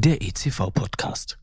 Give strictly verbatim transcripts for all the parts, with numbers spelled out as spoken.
der E C V-Podcast.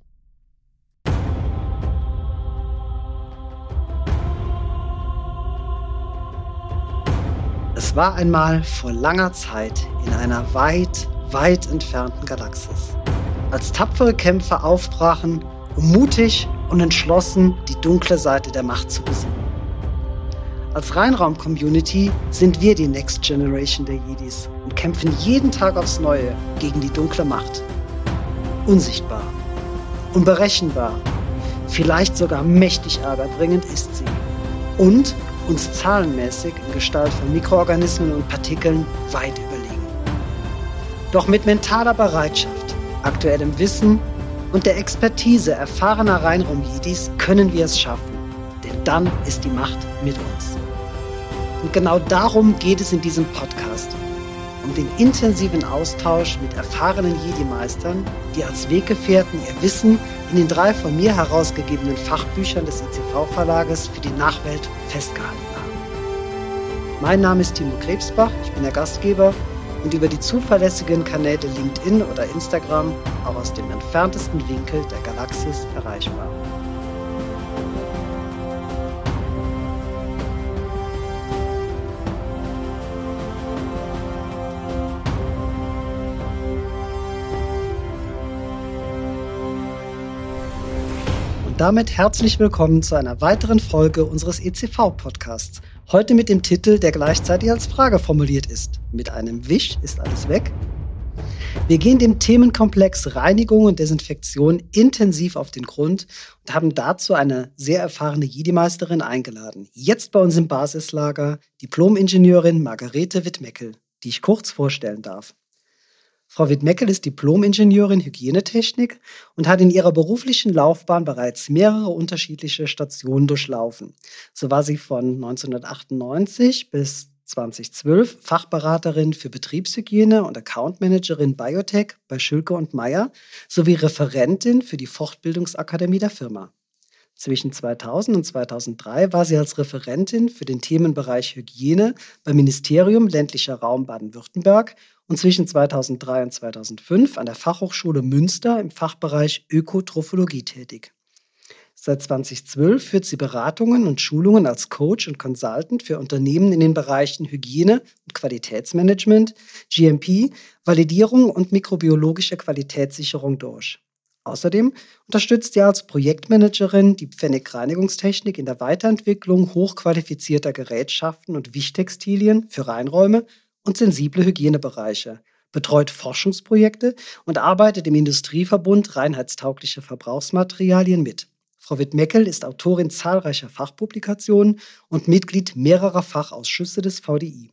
Es war einmal vor langer Zeit in einer weit, weit entfernten Galaxis, als tapfere Kämpfer aufbrachen, um mutig und entschlossen die dunkle Seite der Macht zu besiegen. Als Reinraum-Community sind wir die Next Generation der Jedis und kämpfen jeden Tag aufs Neue gegen die dunkle Macht. Unsichtbar, unberechenbar, vielleicht sogar mächtig ärgerbringend ist sie. Und uns zahlenmäßig in Gestalt von Mikroorganismen und Partikeln weit überlegen. Doch mit mentaler Bereitschaft, aktuellem Wissen und der Expertise erfahrener Reinraum-Jedis können wir es schaffen. Denn dann ist die Macht mit uns. Und genau darum geht es in diesem Podcast. Um den intensiven Austausch mit erfahrenen Jedi-Meistern, die als Weggefährten ihr Wissen in den drei von mir herausgegebenen Fachbüchern des E C V-Verlages für die Nachwelt festgehalten haben. Mein Name ist Timo Krebsbach, ich bin der Gastgeber und über die zuverlässigen Kanäle LinkedIn oder Instagram auch aus dem entferntesten Winkel der Galaxis erreichbar. Damit herzlich willkommen zu einer weiteren Folge unseres E C V-Podcasts. Heute mit dem Titel, der gleichzeitig als Frage formuliert ist. Mit einem Wisch ist alles weg? Wir gehen dem Themenkomplex Reinigung und Desinfektion intensiv auf den Grund und haben dazu eine sehr erfahrene Jedi-Meisterin eingeladen. Jetzt bei uns im Basislager Diplom-Ingenieurin Margarete Wittmeckel, die ich kurz vorstellen darf. Frau Wittmeckel ist Diplom-Ingenieurin Hygienetechnik und hat in ihrer beruflichen Laufbahn bereits mehrere unterschiedliche Stationen durchlaufen. So war sie von neunzehnhundertachtundneunzig bis zweitausendzwölf Fachberaterin für Betriebshygiene und Accountmanagerin Biotech bei Schülke und Mayr sowie Referentin für die Fortbildungsakademie der Firma. Zwischen zweitausend und zweitausenddrei war sie als Referentin für den Themenbereich Hygiene beim Ministerium ländlicher Raum Baden-Württemberg und zwischen zweitausenddrei und zweitausendfünf an der Fachhochschule Münster im Fachbereich Ökotrophologie tätig. Seit zweitausendzwölf führt sie Beratungen und Schulungen als Coach und Consultant für Unternehmen in den Bereichen Hygiene und Qualitätsmanagement, G M P, Validierung und mikrobiologische Qualitätssicherung durch. Außerdem unterstützt sie als Projektmanagerin die Pfennig-Reinigungstechnik in der Weiterentwicklung hochqualifizierter Gerätschaften und Wischtextilien für Reinräume und sensible Hygienebereiche, betreut Forschungsprojekte und arbeitet im Industrieverbund Reinheitstaugliche Verbrauchsmaterialien mit. Frau Wittmeckel ist Autorin zahlreicher Fachpublikationen und Mitglied mehrerer Fachausschüsse des V D I.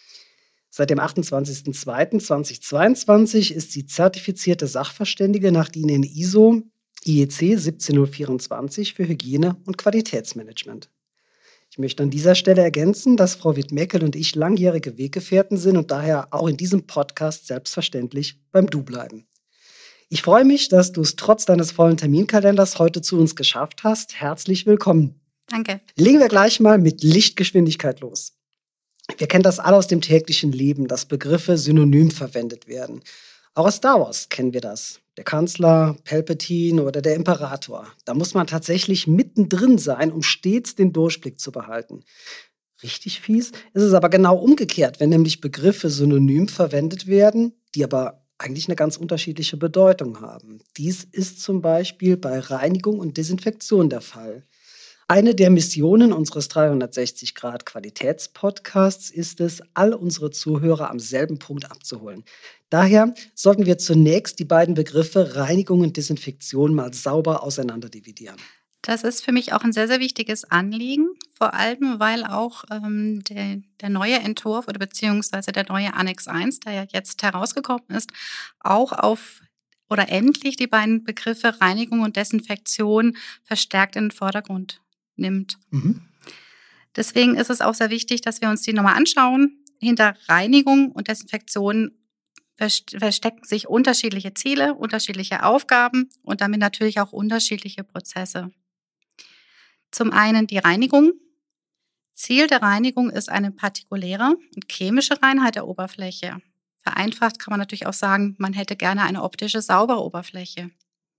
Seit dem achtundzwanzigsten zweiten zweitausendzweiundzwanzig ist sie zertifizierte Sachverständige nach D I N I S O I E C siebzehntausendvierundzwanzig für Hygiene und Qualitätsmanagement. Ich möchte an dieser Stelle ergänzen, dass Frau Wittmeckel und ich langjährige Weggefährten sind und daher auch in diesem Podcast selbstverständlich beim Du bleiben. Ich freue mich, dass du es trotz deines vollen Terminkalenders heute zu uns geschafft hast. Herzlich willkommen. Danke. Legen wir gleich mal mit Lichtgeschwindigkeit los. Wir kennen das alle aus dem täglichen Leben, dass Begriffe synonym verwendet werden. Auch aus Star Wars kennen wir das. Der Kanzler, Palpatine oder der Imperator. Da muss man tatsächlich mittendrin sein, um stets den Durchblick zu behalten. Richtig fies ist es aber genau umgekehrt, wenn nämlich Begriffe synonym verwendet werden, die aber eigentlich eine ganz unterschiedliche Bedeutung haben. Dies ist zum Beispiel bei Reinigung und Desinfektion der Fall. Eine der Missionen unseres dreihundertsechzig Grad Qualitätspodcasts ist es, all unsere Zuhörer am selben Punkt abzuholen. Daher sollten wir zunächst die beiden Begriffe Reinigung und Desinfektion mal sauber auseinanderdividieren. Das ist für mich auch ein sehr, sehr wichtiges Anliegen, vor allem, weil auch ähm, der, der neue Entwurf oder beziehungsweise der neue Annex eins, der ja jetzt herausgekommen ist, auch auf oder endlich die beiden Begriffe Reinigung und Desinfektion verstärkt in den Vordergrund nimmt. Mhm. Deswegen ist es auch sehr wichtig, dass wir uns die nochmal anschauen. Hinter Reinigung und Desinfektion verstecken sich unterschiedliche Ziele, unterschiedliche Aufgaben und damit natürlich auch unterschiedliche Prozesse. Zum einen die Reinigung. Ziel der Reinigung ist eine partikuläre und chemische Reinheit der Oberfläche. vereinfacht kann man natürlich auch sagen, man hätte gerne eine optische saubere Oberfläche.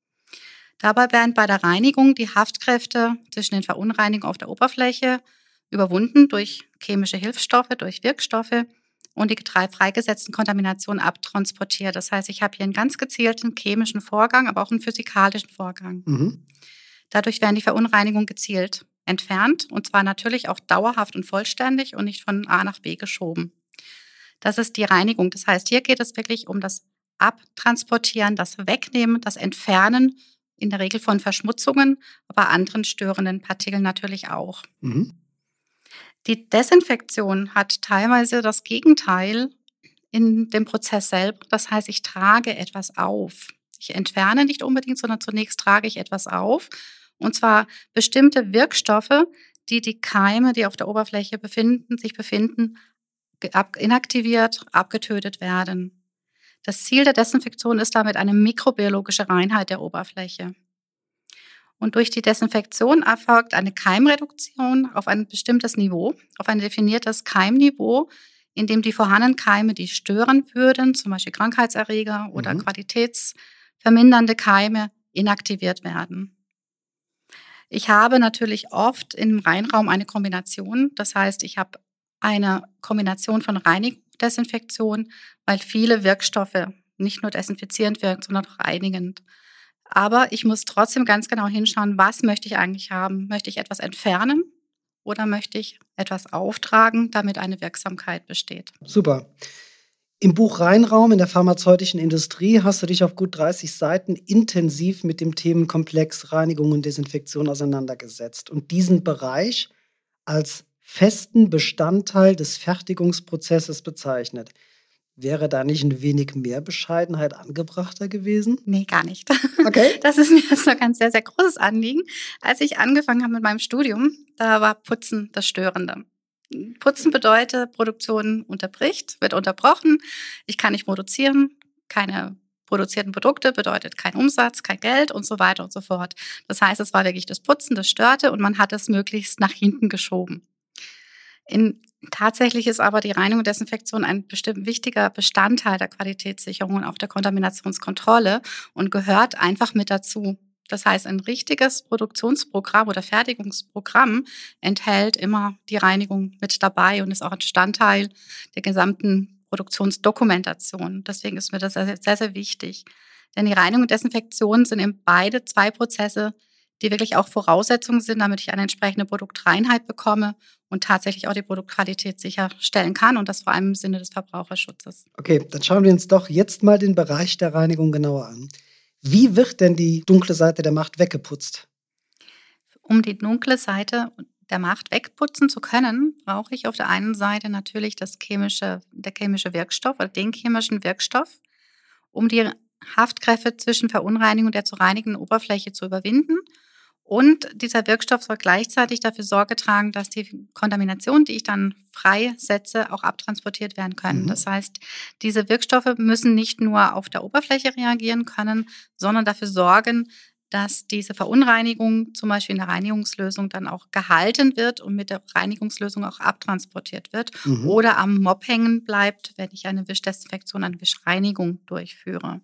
Dabei werden bei der Reinigung die Haftkräfte zwischen den Verunreinigungen auf der Oberfläche überwunden durch chemische Hilfsstoffe, durch Wirkstoffe und die drei freigesetzten Kontaminationen abtransportiert. Das heißt, ich habe hier einen ganz gezielten chemischen Vorgang, aber auch einen physikalischen Vorgang. Mhm. Dadurch werden die Verunreinigungen gezielt entfernt und zwar natürlich auch dauerhaft und vollständig und nicht von A nach B geschoben. Das ist die Reinigung. Das heißt, hier geht es wirklich um das Abtransportieren, das Wegnehmen, das Entfernen, in der Regel von Verschmutzungen, aber anderen störenden Partikeln natürlich auch. Mhm. Die Desinfektion hat teilweise das Gegenteil in dem Prozess selber. Das heißt, ich trage etwas auf. Ich entferne nicht unbedingt, sondern zunächst trage ich etwas auf. Und zwar bestimmte Wirkstoffe, die die Keime, die auf der Oberfläche befinden, sich befinden, inaktiviert, abgetötet werden. Das Ziel der Desinfektion ist damit eine mikrobiologische Reinheit der Oberfläche. Und durch die Desinfektion erfolgt eine Keimreduktion auf ein bestimmtes Niveau, auf ein definiertes Keimniveau, in dem die vorhandenen Keime, die stören würden, zum Beispiel Krankheitserreger oder Mhm. qualitätsvermindernde Keime, inaktiviert werden. Ich habe natürlich oft im Reinraum eine Kombination. Das heißt, ich habe eine Kombination von Reinigung und Desinfektion, weil viele Wirkstoffe nicht nur desinfizierend wirken, sondern auch reinigend. Aber ich muss trotzdem ganz genau hinschauen, was möchte ich eigentlich haben? Möchte ich etwas entfernen oder möchte ich etwas auftragen, damit eine Wirksamkeit besteht? Super. Im Buch Reinraum in der pharmazeutischen Industrie hast du dich auf gut dreißig Seiten intensiv mit dem Themenkomplex Reinigung und Desinfektion auseinandergesetzt und diesen Bereich als festen Bestandteil des Fertigungsprozesses bezeichnet. Wäre da nicht ein wenig mehr Bescheidenheit angebrachter gewesen? Nee, gar nicht. Okay. Das ist mir sogar ein sehr, sehr großes Anliegen. Als ich angefangen habe mit meinem Studium, da war Putzen das Störende. Putzen bedeutet, Produktion unterbricht, wird unterbrochen. Ich kann nicht produzieren, keine produzierten Produkte bedeutet kein Umsatz, kein Geld und so weiter und so fort. Das heißt, es war wirklich das Putzen, das störte und man hat es möglichst nach hinten geschoben. In, tatsächlich ist aber die Reinigung und Desinfektion ein bestimmt wichtiger Bestandteil der Qualitätssicherung und auch der Kontaminationskontrolle und gehört einfach mit dazu. Das heißt, ein richtiges Produktionsprogramm oder Fertigungsprogramm enthält immer die Reinigung mit dabei und ist auch ein Bestandteil der gesamten Produktionsdokumentation. Deswegen ist mir das sehr, sehr, sehr wichtig. Denn die Reinigung und Desinfektion sind eben beide zwei Prozesse, die wirklich auch Voraussetzungen sind, damit ich eine entsprechende Produktreinheit bekomme und tatsächlich auch die Produktqualität sicherstellen kann und das vor allem im Sinne des Verbraucherschutzes. Okay, dann schauen wir uns doch jetzt mal den Bereich der Reinigung genauer an. Wie wird denn die dunkle Seite der Macht weggeputzt? Um die dunkle Seite der Macht wegputzen zu können, brauche ich auf der einen Seite natürlich das chemische, der chemische Wirkstoff oder den chemischen Wirkstoff, um die Haftkräfte zwischen Verunreinigung und der zu reinigenden Oberfläche zu überwinden. Und dieser Wirkstoff soll gleichzeitig dafür Sorge tragen, dass die Kontamination, die ich dann freisetze, auch abtransportiert werden können. Mhm. Das heißt, diese Wirkstoffe müssen nicht nur auf der Oberfläche reagieren können, sondern dafür sorgen, dass diese Verunreinigung zum Beispiel in der Reinigungslösung dann auch gehalten wird und mit der Reinigungslösung auch abtransportiert wird Mhm. oder am Mob hängen bleibt, wenn ich eine Wischdesinfektion, eine Wischreinigung durchführe.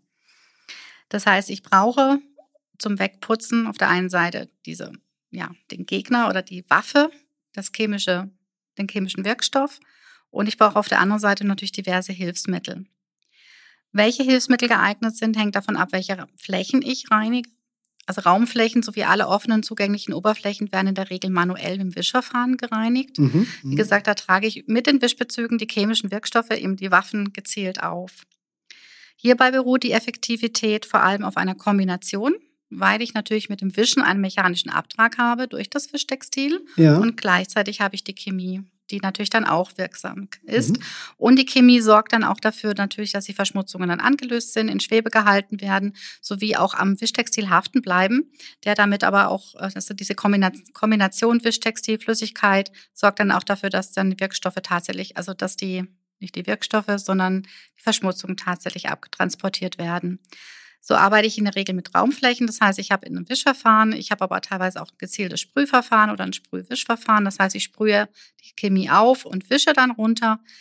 Das heißt, ich brauche zum Wegputzen auf der einen Seite diese, ja, den Gegner oder die Waffe, das chemische, den chemischen Wirkstoff und ich brauche auf der anderen Seite natürlich diverse Hilfsmittel. Welche Hilfsmittel geeignet sind, hängt davon ab, welche Flächen ich reinige. Also Raumflächen sowie alle offenen zugänglichen Oberflächen werden in der Regel manuell im Wischverfahren gereinigt. Mhm. Wie gesagt, da trage ich mit den Wischbezügen die chemischen Wirkstoffe, eben die Waffen, gezielt auf. Hierbei beruht die Effektivität vor allem auf einer Kombination, weil ich natürlich mit dem Wischen einen mechanischen Abtrag habe durch das Wischtextil Ja. und gleichzeitig habe ich die Chemie, die natürlich dann auch wirksam ist. Mhm. Und die Chemie sorgt dann auch dafür natürlich, dass die Verschmutzungen dann angelöst sind, in Schwebe gehalten werden, sowie auch am Wischtextil haften bleiben, der damit aber auch, also diese Kombination Wischtextil, Flüssigkeit sorgt dann auch dafür, dass dann die Wirkstoffe tatsächlich, also dass die, nicht die Wirkstoffe, sondern die Verschmutzungen tatsächlich abtransportiert werden. So arbeite ich in der Regel mit Raumflächen. Das heißt, ich habe ein Wischverfahren, ich habe aber teilweise auch ein gezieltes Sprühverfahren oder ein Sprühwischverfahren. Das heißt, ich sprühe die Chemie auf und wische dann runter.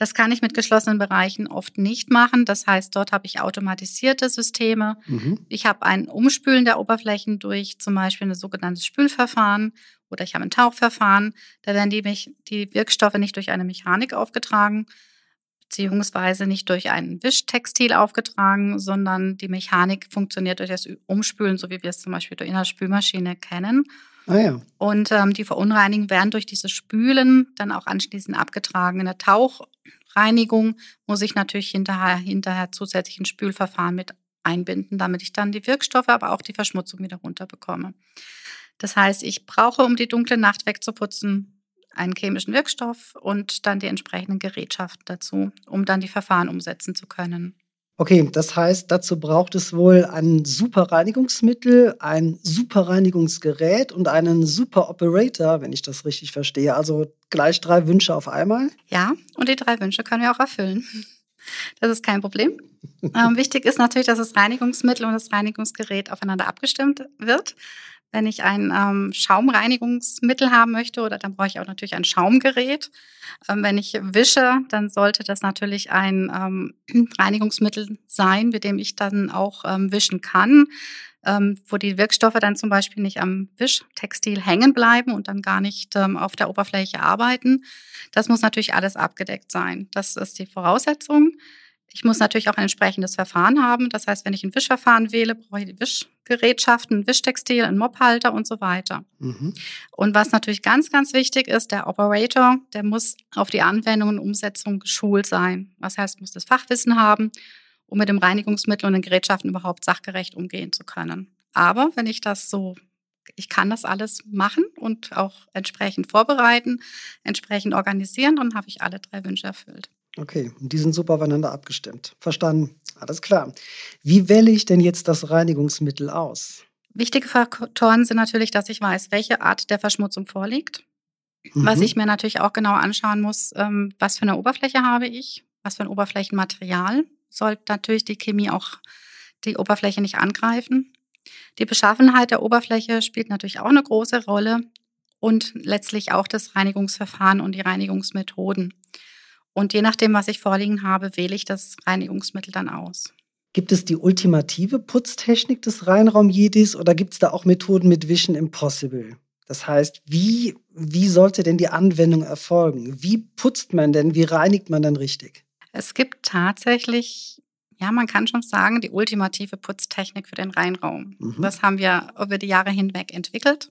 Das kann ich mit geschlossenen Bereichen oft nicht machen. Das heißt, dort habe ich automatisierte Systeme. Mhm. Ich habe ein Umspülen der Oberflächen durch zum Beispiel ein sogenanntes Spülverfahren oder ich habe ein Tauchverfahren. Da werden die, die Wirkstoffe nicht durch eine Mechanik aufgetragen, beziehungsweise nicht durch ein Wischtextil aufgetragen, sondern die Mechanik funktioniert durch das Umspülen, so wie wir es zum Beispiel in der Spülmaschine kennen. Ah ja. Und ähm, die Verunreinigungen werden durch dieses Spülen dann auch anschließend abgetragen. In der Tauchreinigung muss ich natürlich hinterher, hinterher zusätzlich ein Spülverfahren mit einbinden, damit ich dann die Wirkstoffe, aber auch die Verschmutzung wieder runterbekomme. Das heißt, ich brauche, um die dunkle Nacht wegzuputzen, einen chemischen Wirkstoff und dann die entsprechenden Gerätschaften dazu, um dann die Verfahren umsetzen zu können. Okay, das heißt, dazu braucht es wohl ein super Reinigungsmittel, ein super Reinigungsgerät und einen super Operator, wenn ich das richtig verstehe. Also gleich drei Wünsche auf einmal? Ja, und die drei Wünsche können wir auch erfüllen. Das ist kein Problem. ähm, wichtig ist natürlich, dass das Reinigungsmittel und das Reinigungsgerät aufeinander abgestimmt wird. Wenn ich ein ähm, Schaumreinigungsmittel haben möchte, oder dann brauche ich auch natürlich ein Schaumgerät. Ähm, wenn ich wische, dann sollte das natürlich ein ähm, Reinigungsmittel sein, mit dem ich dann auch ähm, wischen kann, ähm, wo die Wirkstoffe dann zum Beispiel nicht am Wischtextil hängen bleiben und dann gar nicht ähm, auf der Oberfläche arbeiten. Das muss natürlich alles abgedeckt sein. Das ist die Voraussetzung. Ich muss natürlich auch ein entsprechendes Verfahren haben. Das heißt, wenn ich ein Wischverfahren wähle, brauche ich die Wischgerätschaften, ein Wischtextil, einen Mophalter und so weiter. Mhm. Und was natürlich ganz, ganz wichtig ist, der Operator, der muss auf die Anwendung und Umsetzung geschult sein. Das heißt, muss das Fachwissen haben, um mit dem Reinigungsmittel und den Gerätschaften überhaupt sachgerecht umgehen zu können. Aber wenn ich das so, ich kann das alles machen und auch entsprechend vorbereiten, entsprechend organisieren, dann habe ich alle drei Wünsche erfüllt. Okay, und die sind super aufeinander abgestimmt. Verstanden. Alles klar. Wie wähle ich denn jetzt das Reinigungsmittel aus? Wichtige Faktoren sind natürlich, dass ich weiß, welche Art der Verschmutzung vorliegt. Mhm. Was ich mir natürlich auch genau anschauen muss, ähm, was für eine Oberfläche habe ich, was für ein Oberflächenmaterial. Sollte natürlich die Chemie auch die Oberfläche nicht angreifen. Die Beschaffenheit der Oberfläche spielt natürlich auch eine große Rolle und letztlich auch das Reinigungsverfahren und die Reinigungsmethoden. Und je nachdem, was ich vorliegen habe, wähle ich das Reinigungsmittel dann aus. Gibt es die ultimative Putztechnik des Reinraum-Jedis oder gibt es da auch Methoden mit Vision Impossible? Das heißt, wie, wie sollte denn die Anwendung erfolgen? Wie putzt man denn, wie reinigt man denn richtig? Es gibt tatsächlich, ja, man kann schon sagen, die ultimative Putztechnik für den Reinraum. Mhm. Das haben wir über die Jahre hinweg entwickelt.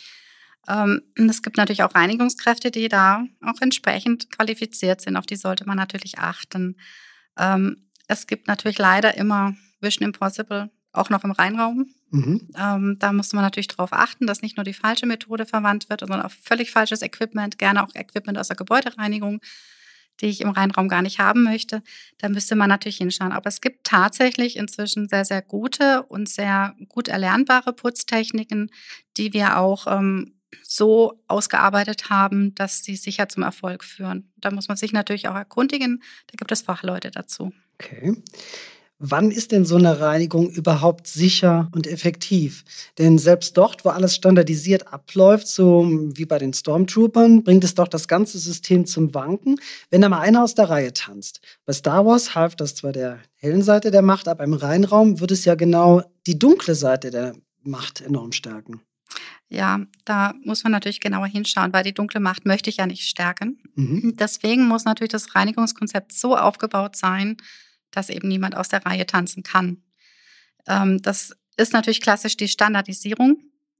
Ähm, es gibt natürlich auch Reinigungskräfte, die da auch entsprechend qualifiziert sind. Auf die sollte man natürlich achten. Ähm, es gibt natürlich leider immer Vision Impossible, auch noch im Reinraum. Mhm. Ähm, da muss man natürlich darauf achten, dass nicht nur die falsche Methode verwandt wird, sondern auch völlig falsches Equipment, gerne auch Equipment aus der Gebäudereinigung, die ich im Reinraum gar nicht haben möchte. Da müsste man natürlich hinschauen. Aber es gibt tatsächlich inzwischen sehr, sehr gute und sehr gut erlernbare Putztechniken, die wir auch ähm, so ausgearbeitet haben, dass sie sicher zum Erfolg führen. Da muss man sich natürlich auch erkundigen. Da gibt es Fachleute dazu. Okay. Wann ist denn so eine Reinigung überhaupt sicher und effektiv? Denn selbst dort, wo alles standardisiert abläuft, so wie bei den Stormtroopern, bringt es doch das ganze System zum Wanken, wenn da mal einer aus der Reihe tanzt. Bei Star Wars half das zwar der hellen Seite der Macht, aber im Reinraum wird es ja genau die dunkle Seite der Macht enorm stärken. Ja, da muss man natürlich genauer hinschauen, weil die dunkle Macht möchte ich ja nicht stärken. Mhm. Deswegen muss natürlich das Reinigungskonzept so aufgebaut sein, dass eben niemand aus der Reihe tanzen kann. Ähm, das ist natürlich klassisch die Standardisierung.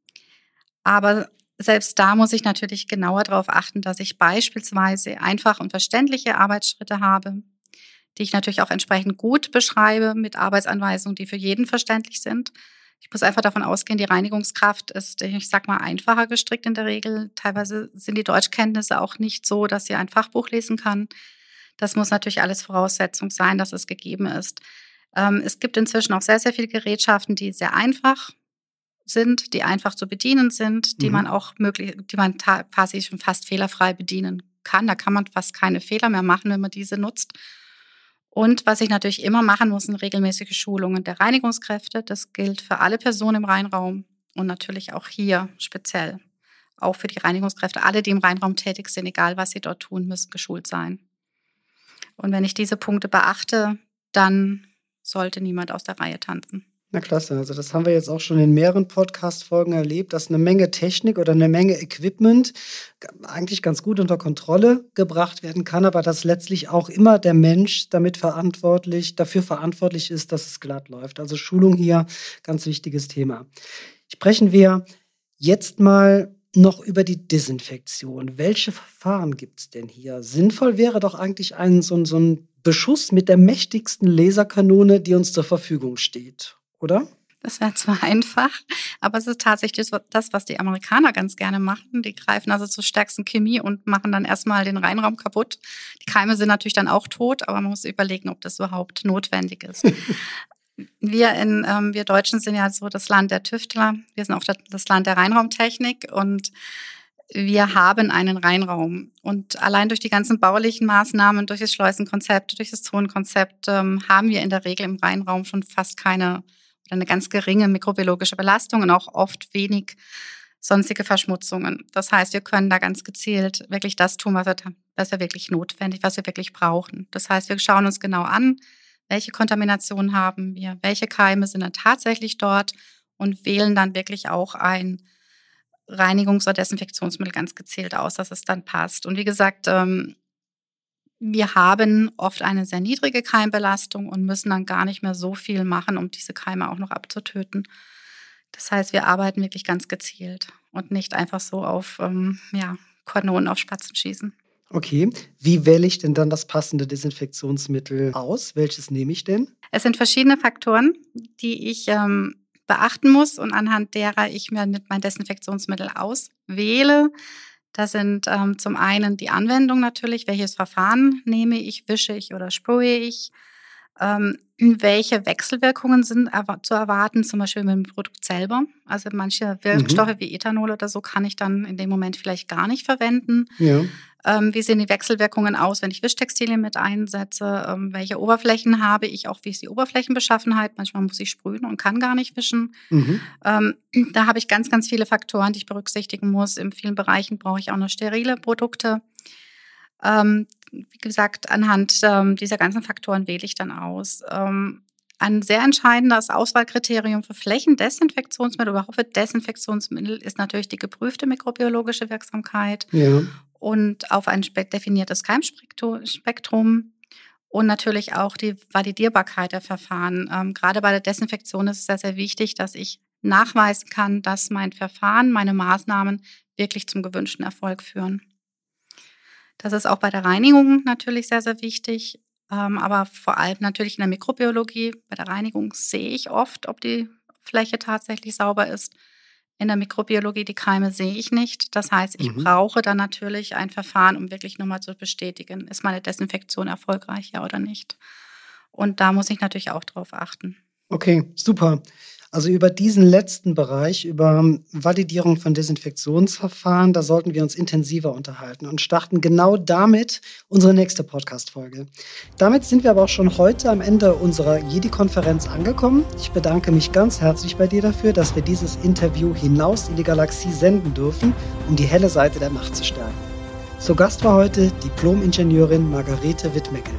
Aber selbst da muss ich natürlich genauer darauf achten, dass ich beispielsweise einfach und verständliche Arbeitsschritte habe, die ich natürlich auch entsprechend gut beschreibe mit Arbeitsanweisungen, die für jeden verständlich sind. Ich muss einfach davon ausgehen, die Reinigungskraft ist, ich sag mal, einfacher gestrickt in der Regel. Teilweise sind die Deutschkenntnisse auch nicht so, dass sie ein Fachbuch lesen kann. Das muss natürlich alles Voraussetzung sein, dass es gegeben ist. Ähm, es gibt inzwischen auch sehr, sehr viele Gerätschaften, die sehr einfach sind, die einfach zu bedienen sind, die mhm. man auch möglich, die man ta- quasi schon fast fehlerfrei bedienen kann. Da kann man fast keine Fehler mehr machen, wenn man diese nutzt. Und was ich natürlich immer machen muss, sind regelmäßige Schulungen der Reinigungskräfte. Das gilt für alle Personen im Reinraum und natürlich auch hier speziell. Auch für die Reinigungskräfte. Alle, die im Reinraum tätig sind, egal was sie dort tun, müssen geschult sein. Und wenn ich diese Punkte beachte, dann sollte niemand aus der Reihe tanzen. Na klasse, also das haben wir jetzt auch schon in mehreren Podcast-Folgen erlebt, dass eine Menge Technik oder eine Menge Equipment eigentlich ganz gut unter Kontrolle gebracht werden kann, aber dass letztlich auch immer der Mensch damit verantwortlich, dafür verantwortlich ist, dass es glatt läuft. Also Schulung hier, ganz wichtiges Thema. Sprechen wir jetzt mal noch über die Desinfektion. Welche Verfahren gibt es denn hier? Sinnvoll wäre doch eigentlich ein so, ein so ein Beschuss mit der mächtigsten Laserkanone, die uns zur Verfügung steht, oder? Das wäre zwar einfach, aber es ist tatsächlich das, was die Amerikaner ganz gerne machen. Die greifen also zur stärksten Chemie und machen dann erstmal den Reinraum kaputt. Die Keime sind natürlich dann auch tot, aber man muss überlegen, ob das überhaupt notwendig ist. Wir, in, ähm, wir Deutschen sind ja so das Land der Tüftler. Wir sind auch das Land der Reinraumtechnik und wir haben einen Reinraum. Und allein durch die ganzen baulichen Maßnahmen, durch das Schleusenkonzept, durch das Zonenkonzept ähm, haben wir in der Regel im Reinraum schon fast keine oder eine ganz geringe mikrobiologische Belastung und auch oft wenig sonstige Verschmutzungen. Das heißt, wir können da ganz gezielt wirklich das tun, was wir, was wir wirklich notwendig, was wir wirklich brauchen. Das heißt, wir schauen uns genau an, welche Kontaminationen haben wir, welche Keime sind dann tatsächlich dort und wählen dann wirklich auch ein Reinigungs- oder Desinfektionsmittel ganz gezielt aus, dass es dann passt. Und wie gesagt, ähm, wir haben oft eine sehr niedrige Keimbelastung und müssen dann gar nicht mehr so viel machen, um diese Keime auch noch abzutöten. Das heißt, wir arbeiten wirklich ganz gezielt und nicht einfach so auf ähm, ja, Kanonen auf Spatzen schießen. Okay, wie wähle ich denn dann das passende Desinfektionsmittel aus? Welches nehme ich denn? Es sind verschiedene Faktoren, die ich ähm, beachten muss und anhand derer ich mir mein Desinfektionsmittel auswähle. Das sind ähm, zum einen die Anwendung natürlich, welches Verfahren nehme ich, wische ich oder sprühe ich, ähm, welche Wechselwirkungen sind erwa- zu erwarten, zum Beispiel mit dem Produkt selber. Also manche Wirkstoffe Mhm. wie Ethanol oder so kann ich dann in dem Moment vielleicht gar nicht verwenden. Ja. Ähm, wie sehen die Wechselwirkungen aus, wenn ich Wischtextilien mit einsetze? Ähm, welche Oberflächen habe ich? Auch wie ist die Oberflächenbeschaffenheit? Manchmal muss ich sprühen und kann gar nicht wischen. Mhm. Ähm, da habe ich ganz, ganz viele Faktoren, die ich berücksichtigen muss. In vielen Bereichen brauche ich auch noch sterile Produkte. Ähm, wie gesagt, anhand ähm, dieser ganzen Faktoren wähle ich dann aus. Ähm, ein sehr entscheidendes Auswahlkriterium für Flächendesinfektionsmittel, überhaupt für Desinfektionsmittel, ist natürlich die geprüfte mikrobiologische Wirksamkeit Ja. und auf ein spe- definiertes Keimspektrum und natürlich auch die Validierbarkeit der Verfahren. Ähm, gerade bei der Desinfektion ist es sehr, sehr wichtig, dass ich nachweisen kann, dass mein Verfahren, meine Maßnahmen wirklich zum gewünschten Erfolg führen. Das ist auch bei der Reinigung natürlich sehr, sehr wichtig, ähm, aber vor allem natürlich in der Mikrobiologie. Bei der Reinigung sehe ich oft, ob die Fläche tatsächlich sauber ist. In der Mikrobiologie die Keime sehe ich nicht. Das heißt, ich Mhm. brauche dann natürlich ein Verfahren, um wirklich nochmal zu bestätigen, ist meine Desinfektion erfolgreich, ja oder nicht. Und da muss ich natürlich auch drauf achten. Okay, super. Also über diesen letzten Bereich, über ähm, Validierung von Desinfektionsverfahren, da sollten wir uns intensiver unterhalten und starten genau damit unsere nächste Podcast-Folge. Damit sind wir aber auch schon heute am Ende unserer Jedi-Konferenz angekommen. Ich bedanke mich ganz herzlich bei dir dafür, dass wir dieses Interview hinaus in die Galaxie senden dürfen, um die helle Seite der Macht zu stärken. Zu Gast war heute Diplom-Ingenieurin Margarete Wittmeckel.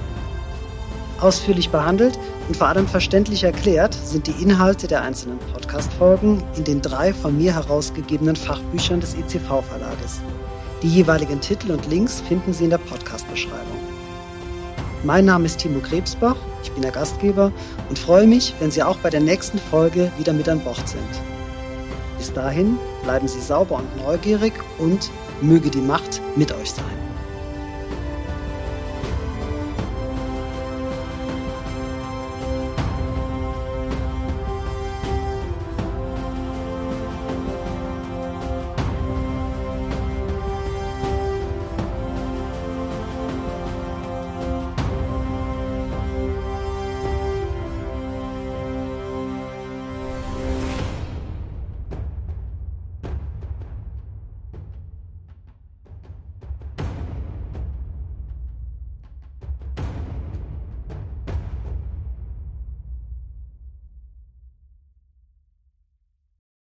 Ausführlich behandelt und vor allem verständlich erklärt sind die Inhalte der einzelnen Podcast-Folgen in den drei von mir herausgegebenen Fachbüchern des E C V-Verlages. Die jeweiligen Titel und Links finden Sie in der Podcast-Beschreibung. Mein Name ist Timo Krebsbach, ich bin der Gastgeber und freue mich, wenn Sie auch bei der nächsten Folge wieder mit an Bord sind. Bis dahin bleiben Sie sauber und neugierig und möge die Macht mit euch sein.